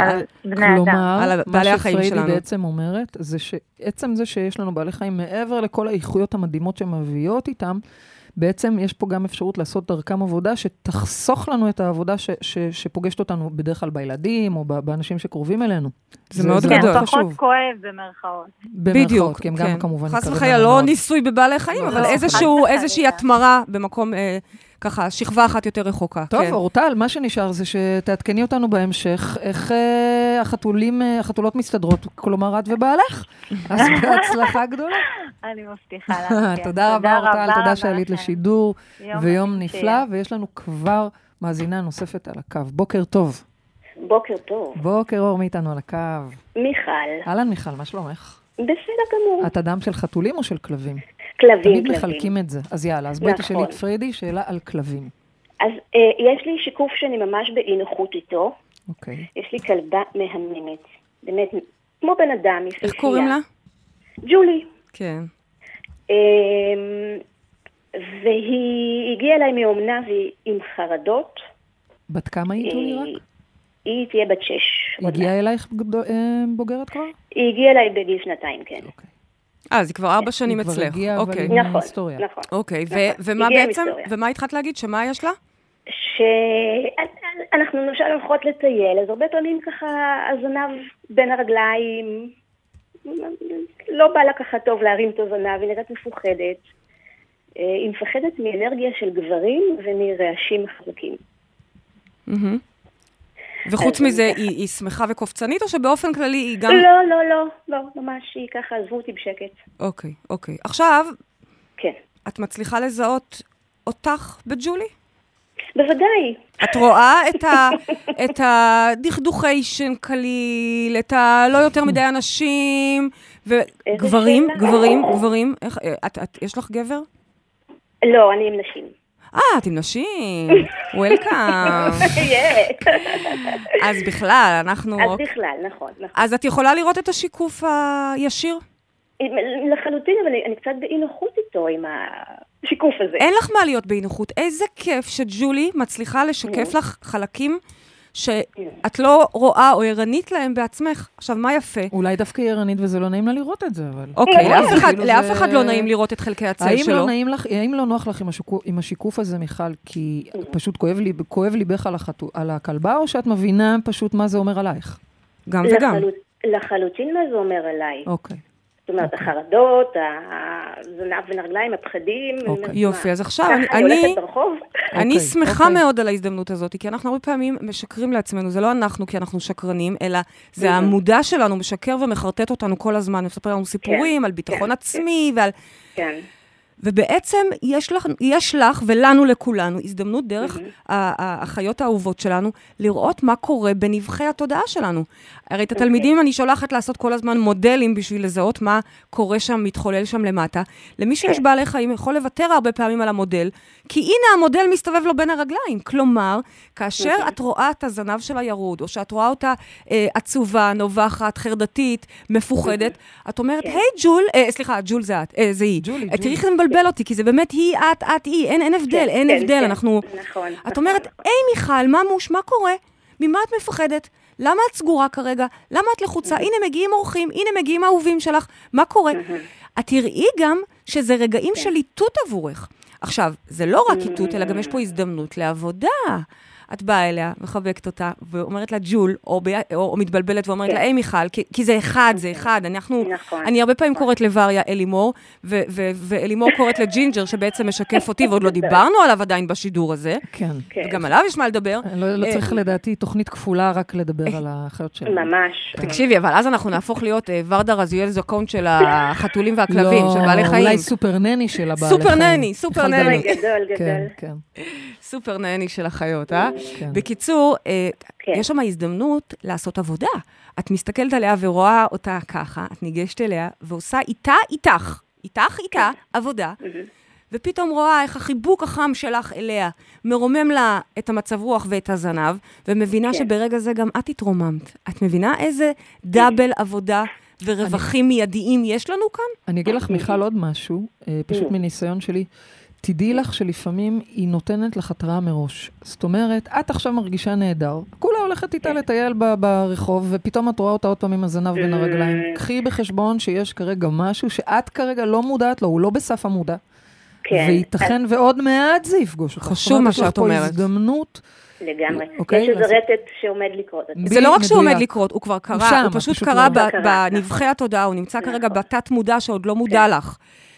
בעלי החיים שלנו. מה שפריידי בעצם אומרת, זה שעצם זה שיש לנו בעלי חיים, מעבר לכל האיכויות המדהימות שמביאות איתם, בעצם יש פה גם אפשרות לעשות דרכם עבודה שתחסוך לנו את העבודה שפוגשת אותנו בדרך כלל בילדים או באנשים שקרובים אלינו. זה מאוד גדול. כן, פחות כואב במרכאות. בדיוק, כי הם גם כמובן... חס וחלילה, לא ניסוי בבעלי חיים, אבל איזושהי התמרה במקום... ככה, שכבה אחת יותר רחוקה. טוב, אורטל, מה שנשאר זה שתעדכני אותנו בהמשך, איך החתולות מסתדרות, כלומר את ובעלך. אז בהצלחה גדולה. אני מבטיחה לך. תודה רבה, אורטל, תודה שעלית לשידור, ויום נפלא, ויש לנו כבר מאזינה נוספת על הקו. בוקר טוב. בוקר טוב. בוקר אור מאיתנו על הקו. מיכל. אהלן מיכל, מה שלומך? בסדר גמור. את אדם של חתולים או של כלבים? כלבים. תמיד מחלקים את זה. אז יאללה, אז בואי תשאלי את פריידי, שאלה על כלבים. אז יש לי שיקוף שאני ממש באי נוחות איתו. אוקיי. יש לי כלבה מהממת. באמת, כמו בן אדם. איך קוראים לה? ג'ולי. כן. והיא הגיעה אליי מאומנה והיא עם חרדות. בת כמה היא ג'ולי רק? היא תהיה בת 6. היא הגיעה אלייך בוגרת כבר? היא הגיעה אליי בגיל 2, כן. אוקיי. אז היא כבר 4 שנים אצלך. היא כבר הגיעה, אבל עם היסטוריה. נכון. אוקיי, ומה בעצם, ומה התחלת להגיד? שמה יש לה? שאנחנו למשל הולכות לטייל, אז הרבה פעמים ככה הזנב בין הרגליים, לא בא לה ככה טוב להרים את הזנב, היא נראית מפוחדת. היא מפחדת מאנרגיה של גברים ומרעשים חזקים. וחוץ מזה, היא שמחה וקופצנית, או שבאופן כללי היא גם... לא, ממש היא ככה, עזבו אותי בשקט. אוקיי. עכשיו, כן. את מצליחה לזהות אותך בג'ולי? בוודאי. את רואה את הדכדוכי קליל, את הלא יותר מדי אנשים, וגברים, יש לך גבר? לא, אני עם נשים. את עם נשים, וולקאם. אז בכלל, נכון. אז את יכולה לראות את השיקוף הישיר? לחלוטין, אבל אני קצת באי נוחות איתו עם השיקוף הזה. אין לך מה להיות באי נוחות. איזה כיף שג'ולי מצליחה לשקף לך חלקים שאת לא רואה או ערנית להם בעצמך. עכשיו, מה יפה? אולי דווקא ערנית וזה לא נעים לה לראות את זה, אבל... אוקיי, לאף אחד לא נעים לראות את חלקי הצל שלו. האם לא נוח לך עם השיקוף הזה, מיכל, כי פשוט כואב ליבך על הכלבה, או שאת מבינה פשוט מה זה אומר עלייך? גם וגם. לחלוטין מה זה אומר עליי. אוקיי. זאת אומרת, החרדות, הזנב בין הרגליים, הפחדים. יופי, אז עכשיו אני שמחה מאוד על ההזדמנות הזאת, כי אנחנו הרבה פעמים משקרים לעצמנו, זה לא אנחנו כי אנחנו שקרנים, אלא זה המודע שלנו משקר ומחרטט אותנו כל הזמן, מספר לנו סיפורים על ביטחון עצמי ועל... כן. ובעצם יש לך ולנו לכולנו הזדמנות דרך החיות האהובות שלנו, לראות מה קורה בנבחי התודעה שלנו. הרי את התלמידים אני שולחת לעשות כל הזמן מודלים בשביל לזהות מה קורה שם, מתחולל שם למטה. למי שיש בעלי חיים יכול לוותר הרבה פעמים על המודל, כי הנה המודל מסתובב לו בין הרגליים. כלומר, כאשר את רואה את הזנב של הירוד, או שאת רואה אותה עצובה, נובחת, חרדתית, מפוחדת, את אומרת, היי ג'ול, סליחה, ג'ול זה את, זה היא. תראי איך זה מבלבל אותי, כי זה באמת היא, את, היא, אין הבדל, אין הבדל, אנחנו... את אומרת, היי מיכל, ממוש, מה קורה? ממה את מפחדת? למה את סגורה כרגע? למה את לחוצה? הנה מגיעים אורחים, הנה מגיעים האהובים שלך, מה קורה? את תראי גם שזה רגעים של איתות עבורך. עכשיו, זה לא רק איתות, אלא גם יש פה הזדמנות לעבודה. את באה אליה, מחבקת אותה, ואומרת לה ג'ול, או מתבלבלת ואומרת לה, היי מיכל, כי זה אחד, זה אחד. אני הרבה פעמים קוראת לווריה אלימור, ואלימור קוראת לג'ינג'ר, שבעצם משקף אותי, ועוד לא דיברנו עליו עדיין בשידור הזה. כן. וגם עליו יש מה לדבר. לא צריך לדעתי תוכנית כפולה רק לדבר על החיות שלנו. ממש. תקשיבי, אבל אז אנחנו נהפוך להיות ורדה רזיאל זוקון של החתולים והכלבים, של בעלי חיים. אולי סופר נני של הבעלי חיים. סופר נני. גדול. סופר נני של החיות, אה? בקיצור, יש שם הזדמנות לעשות עבודה. את מסתכלת עליה ורואה אותה ככה, את ניגשת אליה ועושה איתה עבודה, ופתאום רואה איך החיבוק החם שלך אליה מרומם לה את המצב רוח ואת הזנב, ומבינה שברגע זה גם את התרוממת. את מבינה איזה דאבל עבודה ורווחים מיידיים יש לנו כאן? אני אגיד לך, מיכל, עוד משהו, פשוט מניסיון שלי. תדעי לך שלפעמים היא נותנת לך התראה מראש. זאת אומרת, את עכשיו מרגישה נהדר, כולה הולכת איתה לטייל ברחוב, ופתאום את רואה אותה עוד פעם עם הזנב בין הרגליים. קחי בחשבון שיש כרגע משהו שאת כרגע לא מודעת לו, הוא לא בסף המודע. וייתכן ועוד מעט זה יפגוש אותך. חשוב מה שאת אומרת. יש פה הזדמנות. לגמרי. יש איזה רטט שעומד לקרות. זה לא רק שהוא עומד לקרות, הוא כבר קרה, הוא פשוט קרה בנבחי התודעה, הוא נמצא כרגע בתת מודע שעוד לא מודע לך.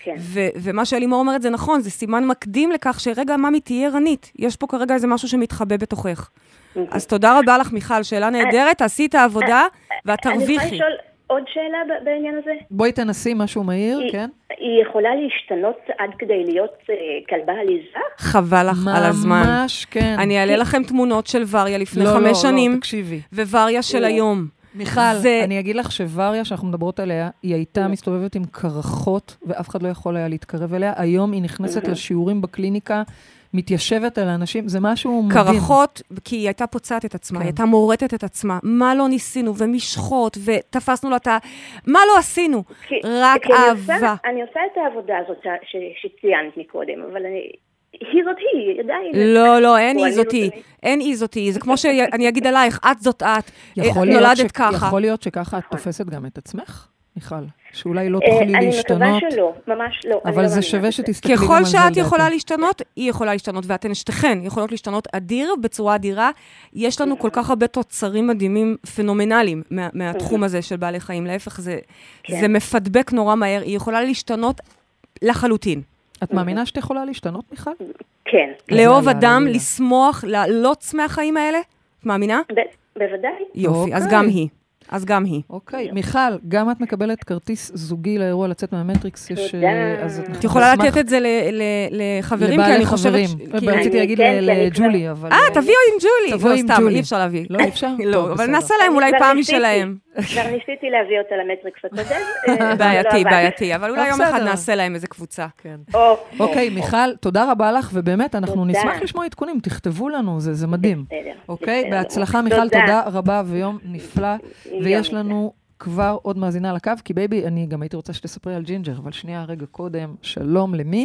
ומה שאלימור אומרת זה נכון, זה סימן מקדים לכך שרגע ממי תהיה ערנית. יש פה כרגע איזה משהו שמתחבא בתוכך. אז תודה רבה לך, מיכל, שאלה נהדרת, עשית העבודה, ואת תרוויחי. אני יכולה לשאול עוד שאלה בעניין הזה? בואי תנסי משהו מהיר, כן? היא יכולה להשתנות עד כדי להיות כלבה עליזה? חבל לך על הזמן. ממש, כן. אני אעלה לכם תמונות של וריה לפני 5 שנים. לא, תקשיבי. ווריה של היום. מיכל, אני אגיד לך שווריה, שאנחנו מדברות עליה, היא הייתה מסתובבת עם קרחות, ואף אחד לא יכול היה להתקרב אליה. היום היא נכנסת לשיעורים בקליניקה, מתיישבת על האנשים, זה משהו מדהים. קרחות, כי היא הייתה פוצעת את עצמה, היא הייתה מעורטת את עצמה. מה לא ניסינו, ומשחות, ותפסנו לה את ה... מה לא עשינו? רק אהבה. אני עושה את העבודה הזאת שציינת מקודם, אבל היא זאת היא, עדיין. לא, אין היא זאת היא. אין היא זאת היא. זה כמו שאני אגיד עלייך, את זאת את, נולדת ככה. יכול להיות שככה את תופסת גם את עצמך, מיכל? שאולי לא תוכלי להשתנות. אני מקווה שלא, ממש לא. אבל זה שווה שתסתכלי גם על זה. ככל שאת יכולה להשתנות, היא יכולה להשתנות, ואתן שתיכן יכולות להשתנות אדיר, בצורה אדירה. יש לנו כל כך הרבה תוצרים מדהימים, פנומנליים, מהתחום הזה של בעלי חיים. להפך, זה מפדבק נורא מהר. היא יכולה להשתנות לחלוטין. את מאמינה שאת יכולה להשתנות, מיכל? כן. לאהוב אדם, לשמוח, לעלות מהחיים האלה? את מאמינה? בוודאי. יופי, אז גם היא. אוקיי, מיכל, גם את מקבלת כרטיס זוגי לאירוע לצאת מהמטריקס. את יכולה לתת את זה לחברים, כי אני חושבת... רציתי להגיד לג'ולי, אבל... תביאו עם ג'ולי. לא, סתם, אי אפשר להביא. לא, אפשר? לא, אבל נעשה להם אולי פעם משלהם. כבר ניסיתי להביא אותה למטריקס, אתה יודע? בעייתי, אבל אולי יום אחד נעשה להם איזה קבוצה. אוקיי, מיכל, תודה רבה לך, ובאמת אנחנו נשמח לשמוע עדכונים, תכתבו לנו, זה מדהים. אוקיי, בהצלחה מיכל, תודה רבה ויום נפלא, ויש לנו כבר עוד מאזינה על הקו, כי בייבי, אני גם הייתי רוצה שתספרי על ג'ינג'ר, אבל שנייה רגע קודם, שלום למי?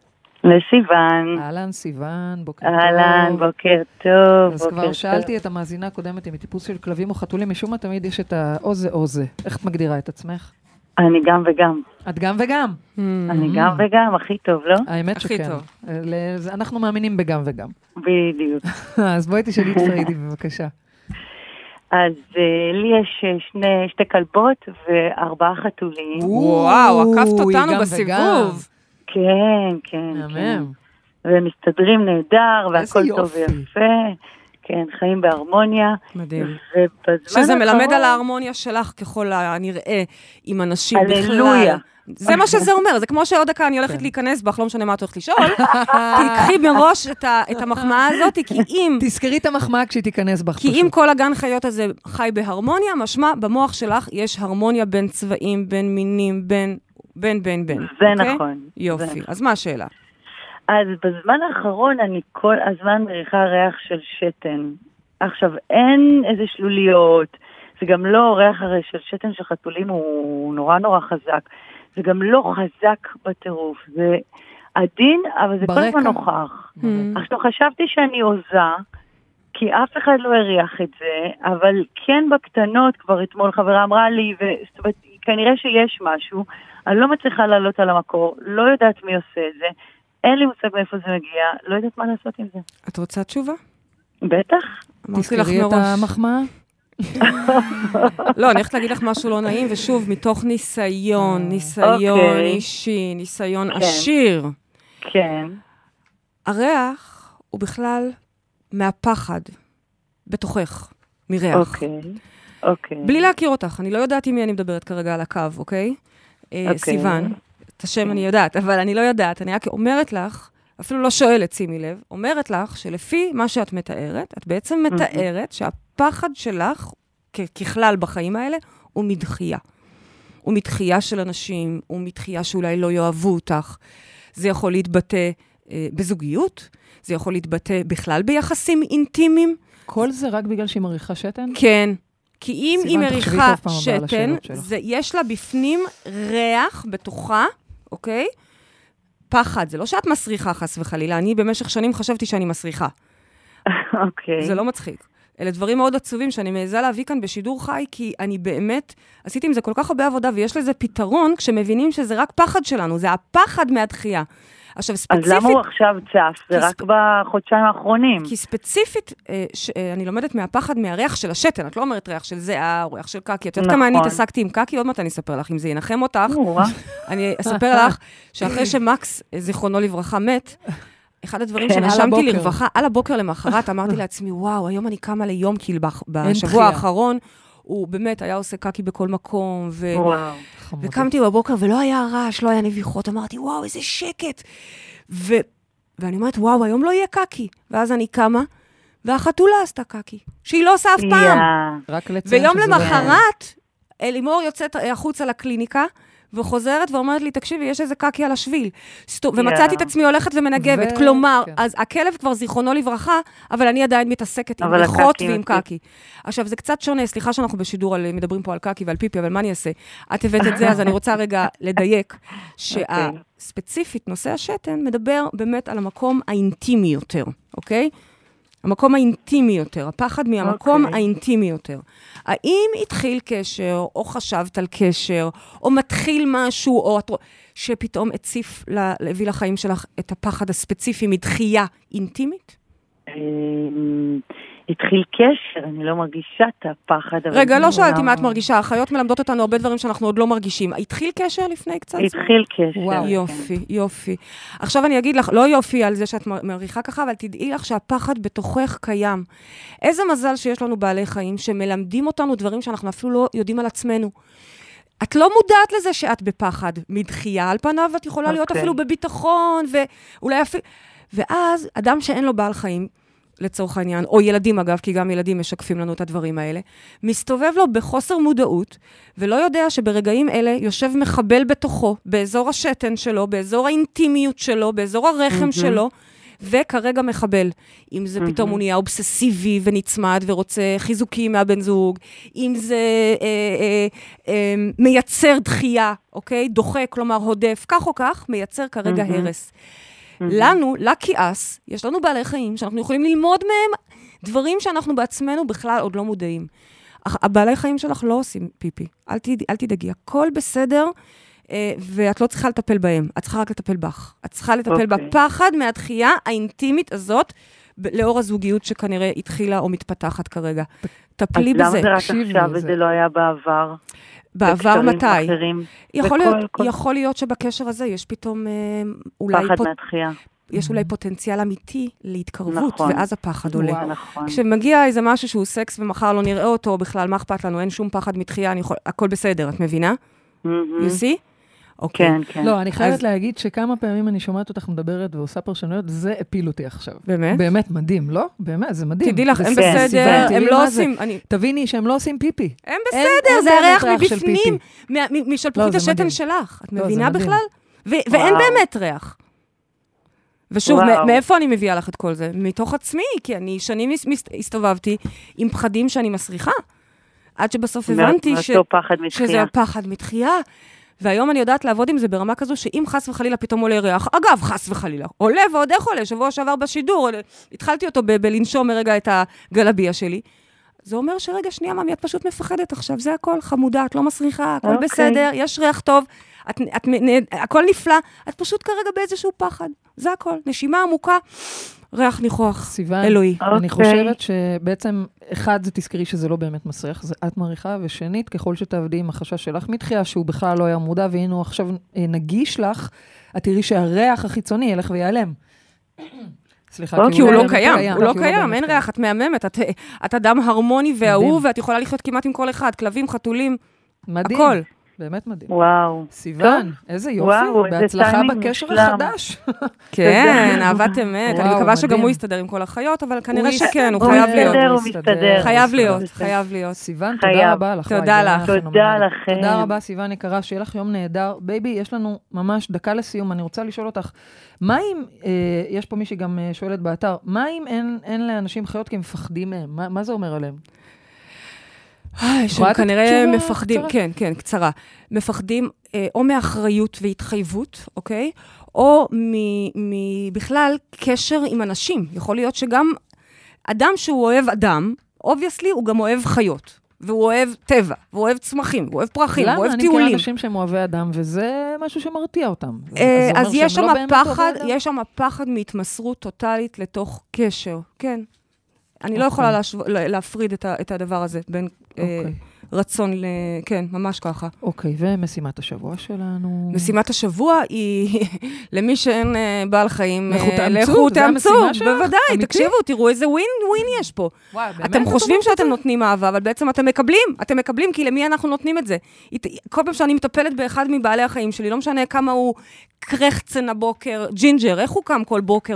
לסיוון. אהלן, סיוון, בוקר טוב. אהלן, בוקר טוב. אז כבר שאלתי את המאזינה הקודמת, אם היא טיפוס של כלבים או חתולים, משום מה תמיד יש את האוזה. איך את מגדירה את עצמך? אני גם וגם. את גם וגם? אני גם וגם, הכי טוב, לא? האמת שכן. אנחנו מאמינים בגם וגם. בדיוק. אז בואי תשאלי את פרידי, בבקשה. אז לי יש שתי כלבות ו4 חתולים. וואו, עקבת אותנו בסיבוב. כן. והם מסתדרים נהדר, והכל טוב ויפה. כן, חיים בהרמוניה. מדהים. שזה מלמד על ההרמוניה שלך ככל הנראה עם אנשים בכלל. זה מה שזה אומר, זה כמו שעוד דקה אני הולכת להיכנס בך, לא משנה מה את הולכת לשאול, תקחי מראש את המחמאה הזאת, כי אם... תזכרי את המחמאה כשהיא תיכנס בך. כי אם כל הגן חיות הזה חי בהרמוניה, משמע במוח שלך יש הרמוניה בין צבעים, בין מינים, בין. זה נכון. יופי, אז מה השאלה? אז בזמן האחרון אני כל הזמן מריחה ריח של שתן. עכשיו, אין איזה שלוליות, זה גם לא ריח הרי של שתן של חתולים, הוא נורא נורא חזק. זה גם לא חזק בטירוף, זה עדין, אבל זה כל הזמן נוכח. עכשיו, חשבתי שאני עוזה, כי אף אחד לא הריח את זה, אבל כן בקטנות, כבר אתמול חברה אמרה לי, כנראה שיש משהו, אני לא מצליחה לעלות על המקור, לא יודעת מי עושה את זה, אין לי מושג מאיפה זה מגיע, לא יודעת מה לעשות עם זה. את רוצה תשובה? בטח. תזכרי את המחמאה? לא, אני הולכת להגיד לך משהו לא נעים, ושוב, מתוך ניסיון אישי, ניסיון עשיר. כן. הריח הוא בכלל מהפחד בתוכך, מריח. אוקיי. בלי להכיר אותך, אני לא יודעת עם מי אני מדברת כרגע על הקו, אוקיי? סיוון, את השם אני יודעת, אבל אני לא יודעת, אני רק אומרת לך, אפילו לא שואלת, שימי לב, אומרת לך שלפי מה שאת מתארת, את בעצם מתארת שהפחד שלך, ככלל בחיים האלה, הוא מדחייה. הוא מדחייה של אנשים, הוא מדחייה שאולי לא יאהבו אותך. זה יכול להתבטא בזוגיות, זה יכול להתבטא בכלל ביחסים אינטימיים. כל זה רק בגלל שהיא מריחה שתן? כן. כי אם היא מריחה שתן, יש לה בפנים ריח בתוכה, אוקיי? פחד, זה לא שאת מסריחה חס וחלילה, אני במשך שנים חשבתי שאני מסריחה. אוקיי. זה לא מצחיק. אלה דברים מאוד עצובים שאני מעיזה להביא כאן בשידור חי, כי אני באמת עשיתי עם זה כל כך הרבה עבודה, ויש לזה פתרון כשמבינים שזה רק פחד שלנו, זה הפחד מהדחייה. עכשיו, ספציפית... אז למה הוא עכשיו צף? זה רק בחודשיים האחרונים. כי ספציפית, אני לומדת מהפחד מהריח של השתן, את לא אומרת ריח של זהה או ריח של קקי, את יודעת כמה אני התעסקתי עם קקי, עוד מעט אני אספר לך, אם זה ינחם אותך, אני אספר לך שאחרי שמקס, זיכרונו לברכה, מת, אחד הדברים שנשמתי לרווחה, על הבוקר למחרת, אמרתי לעצמי, וואו, היום אני קמה ליום, כאילו בשבוע האחרון, הוא באמת היה עושה קקי בכל מקום, וקמתי בבוקר ולא היה רעש, לא היה נביחות, אמרתי, וואו, איזה שקט. ואני אומרת, וואו, היום לא יהיה קקי. ואז אני קמה, והחתולה עשתה קקי, שהיא לא עושה אף פעם. ויום למחרת, לימור יוצאת החוצה לקליניקה, וחוזרת ואומרת לי, תקשיבי, יש איזה קקי על השביל. ומצאתי את עצמי הולכת ומנגבת. כלומר, אז הכלב כבר זיכרונו לברכה, אבל אני עדיין מתעסקת עם ריחות ועם קקי. עכשיו, זה קצת שונה, סליחה שאנחנו בשידור מדברים פה על קקי ועל פיפי, אבל מה אני אעשה? את הבאת את זה, אז אני רוצה רגע לדייק, שהספציפית, נושא השתן, מדבר באמת על המקום האינטימי יותר, אוקיי? המקום האינטימי יותר, הפחד מהמקום האינטימי יותר. האם התחיל קשר, או חשבת על קשר, או מתחיל משהו, או שפתאום הציף להביא לחיים שלך את הפחד הספציפי מדחייה אינטימית? התחיל קשר, אני לא מרגישה את הפחד. רגע, לא שאלתי מה את מרגישה, החיות מלמדות אותנו הרבה דברים שאנחנו עוד לא מרגישים. התחיל קשר לפני קצת? התחיל קשר. וואו, יופי, יופי. עכשיו אני אגיד לך, לא יופי על זה שאת מעריכה ככה, אבל תדעי לך שהפחד בתוכך קיים. איזה מזל שיש לנו בעלי חיים שמלמדים אותנו דברים שאנחנו אפילו לא יודעים על עצמנו. את לא מודעת לזה שאת בפחד מדחייה על פניו, ואת יכולה להיות אפילו בביטחון, ואולי אפילו... ואז אדם שאין לו בעל חיים, לצורך העניין, או ילדים אגב, כי גם ילדים משקפים לנו את הדברים האלה, מסתובב לו בחוסר מודעות, ולא יודע שברגעים אלה יושב מחבל בתוכו, באזור השתן שלו, באזור האינטימיות שלו, באזור הרחם שלו, וכרגע מחבל. אם זה פתאום הוא נהיה אובססיבי ונצמד ורוצה חיזוקים מהבן זוג, אם זה מייצר דחייה, אוקיי? דוחה, כלומר הודף, כך או כך, מייצר כרגע הרס. לנו, לכעס, יש לנו בעלי חיים שאנחנו יכולים ללמוד מהם דברים שאנחנו בעצמנו בכלל עוד לא מודעים. הבעלי חיים שלך לא עושים פיפי, אל תדאגי, הכל בסדר, ואת לא צריכה לטפל בהם, את צריכה רק לטפל בך. את צריכה לטפל בפחד מהדחייה האינטימית הזאת, לאור הזוגיות שכנראה התחילה או מתפתחת כרגע. טפלי בזה. אז למה זה רק עכשיו וזה לא היה בעבר? בעבר מתי? יכול להיות שבקשר הזה יש פתאום אולי... פחד מהדחייה. יש אולי פוטנציאל אמיתי להתקרבות, ואז הפחד עולה. כשמגיע איזה משהו שהוא סקס ומחר לא נראה אותו, בכלל מה אכפת לנו, אין שום פחד מתחייה, הכל בסדר, את מבינה? You see? אוקיי. כן, כן. לא, אני חייבת להגיד שכמה פעמים אני שומעת אותך מדברת ועושה פרשנויות, זה הפיל אותי עכשיו. באמת? באמת מדהים, לא? באמת, זה מדהים. תדעי לך, הם בסדר, הם לא עושים... תביני שהם לא עושים פיפי. הם בסדר, זה הריח מבפנים, משלפוחית השתן שלך. את מבינה בכלל? ואין באמת ריח. ושוב, מאיפה אני מביאה לך את כל זה? מתוך עצמי, כי אני שנים הסתובבתי עם פחדים שאני מסריחה. עד שבסוף הבנתי שזה הפחד מתחייה. והיום אני יודעת לעבוד עם זה ברמה כזו, שאם חס וחלילה פתאום עולה ריח, אגב, חס וחלילה, עולה ועוד איך עולה, שבוע שעבר בשידור, התחלתי אותו בלנשום מרגע את הגלביה שלי. זה אומר שרגע שנייה, ממי, את פשוט מפחדת עכשיו, זה הכל חמודה, את לא מסריחה, הכל בסדר, יש ריח טוב, הכל נפלא, את פשוט כרגע באיזשהו פחד, זה הכל, נשימה עמוקה, ריח ניחוח, אלוהי. אני חושבת שבעצם, אחד, זה תזכרי שזה לא באמת מסריח, זה את מריחה, ושנית, ככל שתעבדי עם החשש שלך מתחייה, שהוא בכלל לא היה מודע, והנה הוא עכשיו נגיש לך, את תראי שהריח החיצוני ילך ויעלם. סליחה, כי הוא לא קיים, הוא לא קיים, אין ריח, את מהממת, את אדם הרמוני ואהוב, ואת יכולה לחיות כמעט עם כל אחד, כלבים, חתולים, הכל. באמת מדהים. וואו. סיוון, איזה יופי, בהצלחה בקשר החדש. כן, אהבת אמת, אני מקווה שגם הוא יסתדר עם כל החיות, אבל כנראה שכן, הוא חייב להיות. הוא מסתדר. חייב להיות, חייב להיות. סיוון, תודה רבה לך. תודה לך. תודה לכם. תודה רבה, סיוון יקרה, שיהיה לך יום נהדר. בייבי, יש לנו ממש דקה לסיום, אני רוצה לשאול אותך, מה אם, יש פה מישהי גם שואלת באתר, מה אם אין לאנשים חיות כי הם מפחדים מהם? מה זה אומר עליהם? שהם כנראה מפחדים, כן, קצרה. מפחדים או מאחריות והתחייבות, אוקיי? או בכלל קשר עם אנשים. יכול להיות שגם אדם שהוא אוהב אדם, obviously הוא גם אוהב חיות. והוא אוהב טבע, והוא אוהב צמחים, והוא אוהב פרחים, והוא אוהב טיולים. אני מכירה אנשים שהם אוהבי אדם, וזה משהו שמרתיע אותם. אז יש שם פחד מהתמסרות טוטלית לתוך קשר, כן. אני לא יכולה להפריד את הדבר הזה בין רצון כן, ממש ככה. אוקיי, ומשימת השבוע שלנו? משימת השבוע היא, למי שאין בעל חיים, לכו תאמצו, בוודאי, תקשיבו, תראו איזה ווין יש פה. אתם חושבים שאתם נותנים אהבה, אבל בעצם אתם מקבלים, כי למי אנחנו נותנים את זה? כל פעם שאני מטפלת באחד מבעלי החיים שלי, לא משנה כמה הוא קרחצן הבוקר, ג'ינג'ר, איך הוא קם כל בוקר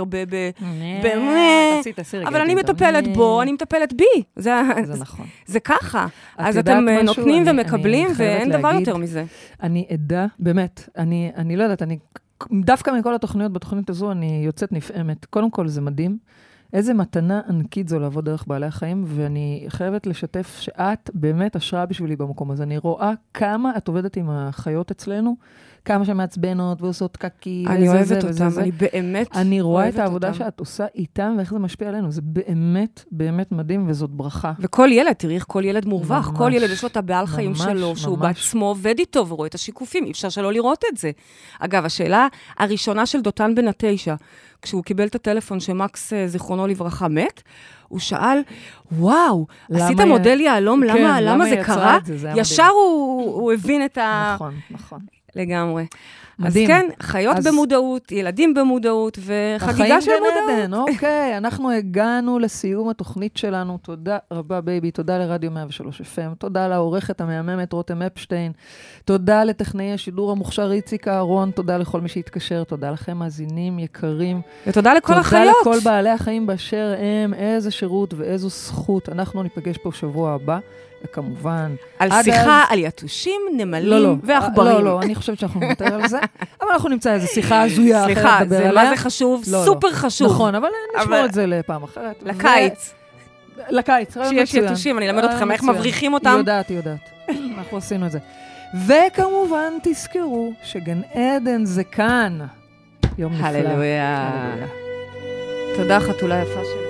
אבל אני מטפלת בו, אני מטפלת בי. זה נכון. זה ככה. אז אתם נותנים ומקבלים, ואין דבר יותר מזה. אני עדה, באמת, אני לא יודעת, דווקא מכל התוכניות, בתוכנית הזו אני יוצאת נפעמת. קודם כל זה מדהים. איזה מתנה ענקית זו לעבוד דרך בעלי החיים, ואני חייבת לשתף שאת באמת השראה בשבילי במקום הזה. אני רואה כמה את עובדת עם החיות אצלנו, כמה שמעצבנות ועושות קקי. אני אוהבת אותם, אני באמת אני רואה את העבודה שאת עושה איתם, ואיך זה משפיע עלינו. זה באמת, באמת מדהים, וזאת ברכה. וכל ילד, תראי איך כל ילד מורווח. כל ילד יש לו את הבעל חיים שלו, שהוא בעצמו עובד איתו, ורואה את השיקופים. אי אפשר שלא לראות את זה. אגב, השאלה הראשונה של דותן בן 9, כשהוא קיבל את הטלפון שמקס זיכרונו לברכה מת, הוא שאל, וואו, עשית מודל יעלום, למה זה קרה? ישר הוא הבין את ה... נכון. לגמרי. מדהים. אז כן, חיות במודעות, ילדים במודעות, וחגיגה של מודעות. אוקיי, אנחנו הגענו לסיום התוכנית שלנו. תודה רבה, בייבי. תודה לרדיו 103 FM. תודה לעורכת המהממת רותם אפשטיין. תודה לטכנאי השידור המוכשר איציק אהרון. תודה לכל מי שהתקשר. תודה לכם, מאזינים יקרים. ותודה לכל החיות. תודה לכל בעלי החיים באשר הם. איזה שירות ואיזו זכות. אנחנו ניפגש פה שבוע הבא. וכמובן... על שיחה, על יתושים, נמלים ועכברים. לא, אני חושבת שאנחנו נוותר על זה, אבל אנחנו נמצא איזו שיחה הזויה אחרת לדבר עליה. סליחה, מה זה חשוב? סופר חשוב. נכון, אבל נשמור את זה לפעם אחרת. לקיץ. שיש יתושים, אני אלמד אתכם איך מבריחים אותם. היא יודעת. אנחנו עשינו את זה. וכמובן, תזכרו שגן עדן זה כאן. יום נפלא. הללויה. תודה, חתולה יפה שלי.